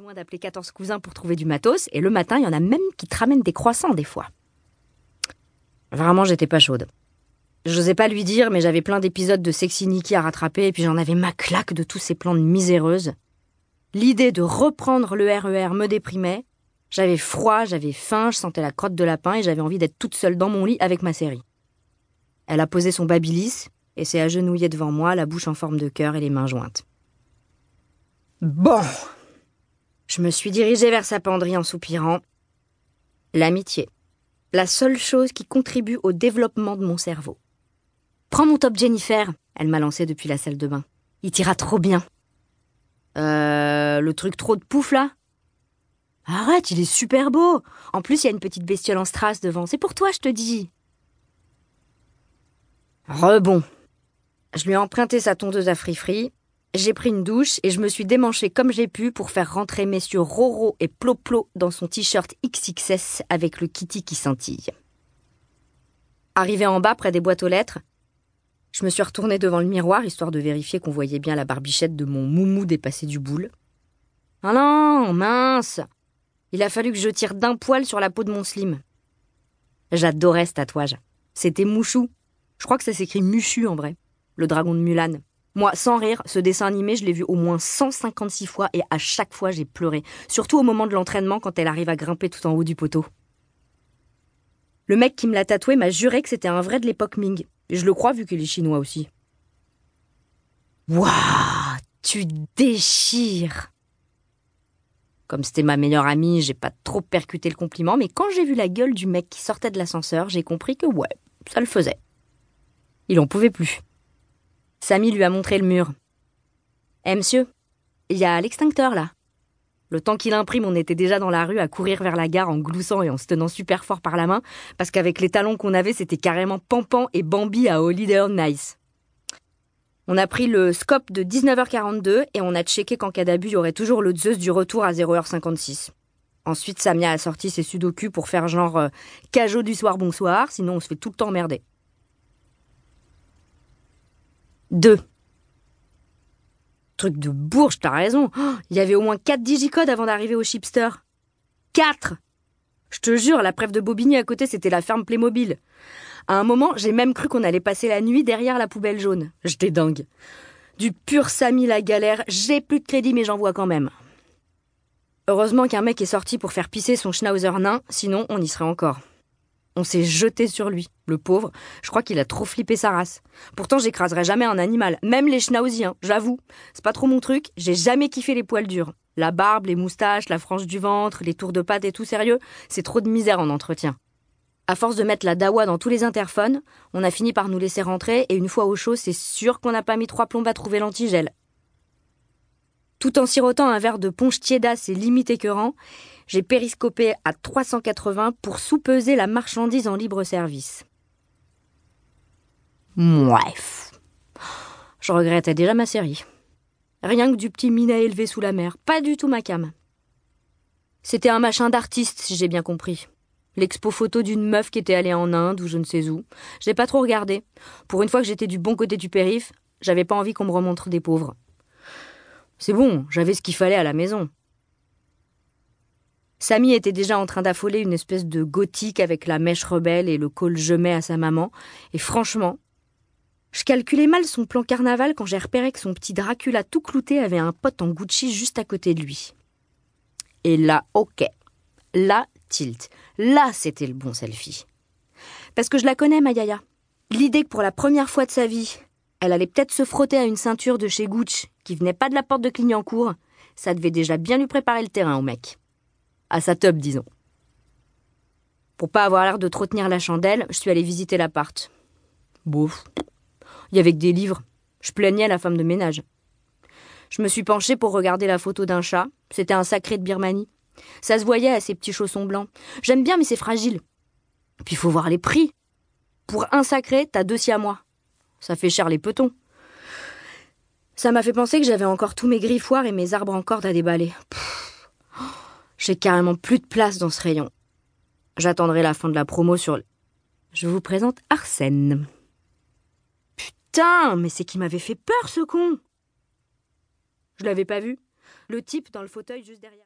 loin d'appeler 14 cousins pour trouver du matos, et le matin, il y en a même qui te ramènent des croissants des fois. Vraiment, j'étais pas chaude. J'osais pas lui dire, mais j'avais plein d'épisodes de Sexy Nikki à rattraper, et puis j'en avais ma claque de tous ces plans de miséreuses. L'idée de reprendre le RER me déprimait. J'avais froid, j'avais faim, je sentais la crotte de lapin, et j'avais envie d'être toute seule dans mon lit avec ma série. Elle a posé son babyliss, et s'est agenouillée devant moi, la bouche en forme de cœur et les mains jointes. Bon! Je me suis dirigée vers sa penderie en soupirant. L'amitié. La seule chose qui contribue au développement de mon cerveau. Prends mon top Jennifer, elle m'a lancé depuis la salle de bain. Il t'ira trop bien. Le truc trop de pouf là? Arrête, il est super beau. En plus, il y a une petite bestiole en strass devant. C'est pour toi, je te dis. Rebond. Je lui ai emprunté sa tondeuse à free-free. J'ai pris une douche et je me suis démanchée comme j'ai pu pour faire rentrer messieurs Roro et Ploplo dans son t-shirt XXS avec le kitty qui scintille. Arrivée en bas, près des boîtes aux lettres, je me suis retournée devant le miroir, histoire de vérifier qu'on voyait bien la barbichette de mon moumou dépassée du boule. Ah non, mince! Il a fallu que je tire d'un poil sur la peau de mon slim. J'adorais ce tatouage. C'était Mouchou. Je crois que ça s'écrit Muchu en vrai. Le dragon de Mulan. Moi, sans rire, ce dessin animé, je l'ai vu au moins 156 fois et à chaque fois, j'ai pleuré. Surtout au moment de l'entraînement, quand elle arrive à grimper tout en haut du poteau. Le mec qui me l'a tatoué m'a juré que c'était un vrai de l'époque Ming. Et je le crois, vu qu'il est chinois aussi. Waouh, tu déchires! Comme c'était ma meilleure amie, j'ai pas trop percuté le compliment, mais quand j'ai vu la gueule du mec qui sortait de l'ascenseur, j'ai compris que ouais, ça le faisait. Il en pouvait plus. Samy lui a montré le mur. « Eh monsieur, il y a l'extincteur là. » Le temps qu'il imprime, on était déjà dans la rue à courir vers la gare en gloussant et en se tenant super fort par la main, parce qu'avec les talons qu'on avait, c'était carrément Pampan et Bambi à Holiday on Ice. On a pris le scope de 19h42 et on a checké qu'en cas d'abus, il y aurait toujours le Zeus du retour à 0h56. Ensuite, Samia a sorti ses sudoku pour faire genre cajot du soir bonsoir, sinon on se fait tout le temps emmerder. 2. Truc de bourge, t'as raison. Il y avait au moins 4 digicodes avant d'arriver au Chipster. 4! Je te jure, la preuve de Bobigny à côté, c'était la ferme Playmobil. À un moment, j'ai même cru qu'on allait passer la nuit derrière la poubelle jaune. J'étais dingue. Du pur Samy la galère, j'ai plus de crédit mais j'en vois quand même. Heureusement qu'un mec est sorti pour faire pisser son schnauzer nain, sinon on y serait encore. On s'est jeté sur lui, le pauvre. Je crois qu'il a trop flippé sa race. Pourtant, j'écraserais jamais un animal, même les schnauzies, j'avoue. C'est pas trop mon truc, j'ai jamais kiffé les poils durs. La barbe, les moustaches, la frange du ventre, les tours de pattes et tout, sérieux, c'est trop de misère en entretien. À force de mettre la dawa dans tous les interphones, on a fini par nous laisser rentrer et une fois au chaud, c'est sûr qu'on n'a pas mis 3 plombes à trouver l'antigel. Tout en sirotant un verre de punch tiédas et limite écœurant, j'ai périscopé à 380 pour sous-peser la marchandise en libre service. Bref. Je regrettais déjà ma série. Rien que du petit minet élevé sous la mer, pas du tout ma came. C'était un machin d'artiste, si j'ai bien compris. L'expo photo d'une meuf qui était allée en Inde ou je ne sais où. J'ai pas trop regardé. Pour une fois que j'étais du bon côté du périph', j'avais pas envie qu'on me remontre des pauvres. C'est bon, j'avais ce qu'il fallait à la maison. Samy était déjà en train d'affoler une espèce de gothique avec la mèche rebelle et le col jemet à sa maman. Et franchement, je calculais mal son plan carnaval quand j'ai repéré que son petit Dracula tout clouté avait un pote en Gucci juste à côté de lui. Et là, ok. Là, tilt. Là, c'était le bon selfie. Parce que je la connais, ma Yaya. L'idée que pour la première fois de sa vie, elle allait peut-être se frotter à une ceinture de chez Gucci qui venait pas de la porte de Clignancourt, ça devait déjà bien lui préparer le terrain au mec. À sa teub, disons. Pour pas avoir l'air de trop tenir la chandelle, je suis allée visiter l'appart. Bouf. Il y avait que des livres. Je plaignais la femme de ménage. Je me suis penchée pour regarder la photo d'un chat. C'était un sacré de Birmanie. Ça se voyait à ses petits chaussons blancs. J'aime bien, mais c'est fragile. Puis il faut voir les prix. Pour un sacré, t'as 2 siamois. Ça fait cher les petons. Ça m'a fait penser que j'avais encore tous mes griffoirs et mes arbres en corde à déballer. J'ai carrément plus de place dans ce rayon. J'attendrai la fin de la promo sur... Je vous présente Arsène. Putain, mais c'est qui m'avait fait peur, ce con! Je l'avais pas vu. Le type dans le fauteuil juste derrière.